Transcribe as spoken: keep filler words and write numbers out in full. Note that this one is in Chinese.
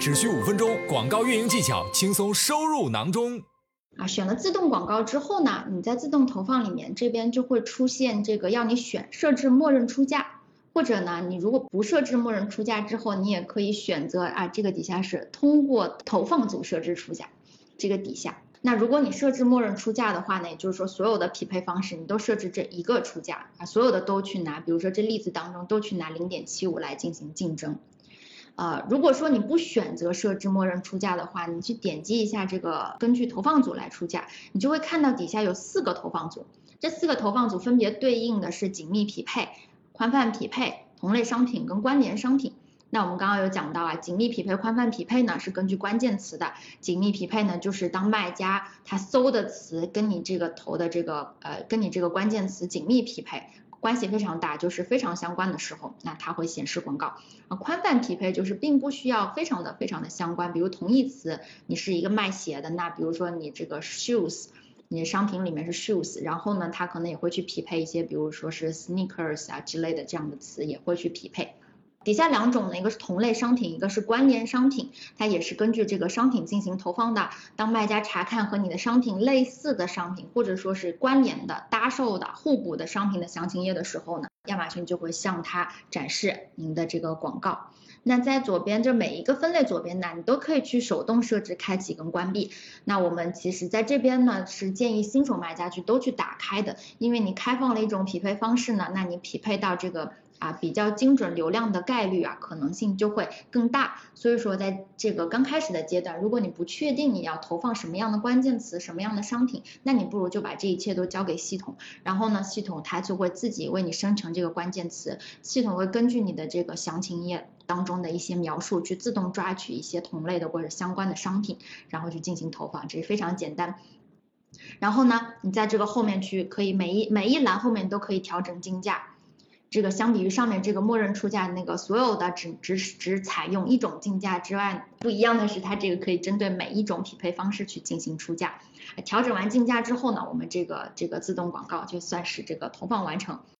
只需五分钟，广告运营技巧轻松收入囊中。 啊，选了自动广告之后呢，你在自动投放里面这边就会出现这个要你选设置默认出价，或者呢，你如果不设置默认出价之后，你也可以选择啊，这个底下是通过投放组设置出价，这个底下。那如果你设置默认出价的话呢，也就是说所有的匹配方式你都设置这一个出价啊，所有的都去拿，比如说这例子当中都去拿 零点七五 来进行竞争。呃，如果说你不选择设置默认出价的话，你去点击一下这个根据投放组来出价，你就会看到底下有四个投放组，这四个投放组分别对应的是紧密匹配、宽泛匹配、同类商品跟关联商品。那我们刚刚有讲到啊，紧密匹配、宽泛匹配呢是根据关键词的，紧密匹配呢就是当卖家他搜的词跟你这个投的这个呃跟你这个关键词紧密匹配，关系非常大，就是非常相关的时候，那它会显示广告。啊，宽泛匹配就是并不需要非常的非常的相关，比如同义词，你是一个卖鞋的，那比如说你这个 shoes。你的商品里面是 shoes， 然后呢，它可能也会去匹配一些，比如说是 sneakers 啊之类的这样的词也会去匹配。底下两种呢，一个是同类商品，一个是关联商品，它也是根据这个商品进行投放的。当卖家查看和你的商品类似的商品，或者说是关联的、搭售的、互补的商品的详情页的时候呢，亚马逊就会向它展示您的这个广告。那在左边这每一个分类左边呢，你都可以去手动设置开启跟关闭。那我们其实在这边呢是建议新手卖家去都去打开的，因为你开放了一种匹配方式呢，那你匹配到这个啊比较精准流量的概率啊可能性就会更大。所以说在这个刚开始的阶段，如果你不确定你要投放什么样的关键词、什么样的商品，那你不如就把这一切都交给系统，然后呢系统它就会自己为你生成这个关键词，系统会根据你的这个详情页当中的一些描述去自动抓取一些同类的或者相关的商品，然后去进行投放，这是非常简单。然后呢，你在这个后面去可以每一每一栏后面都可以调整竞价。这个相比于上面这个默认出价那个所有的只只只采用一种竞价之外，不一样的是它这个可以针对每一种匹配方式去进行出价。调整完竞价之后呢，我们这个这个自动广告就算是这个投放完成。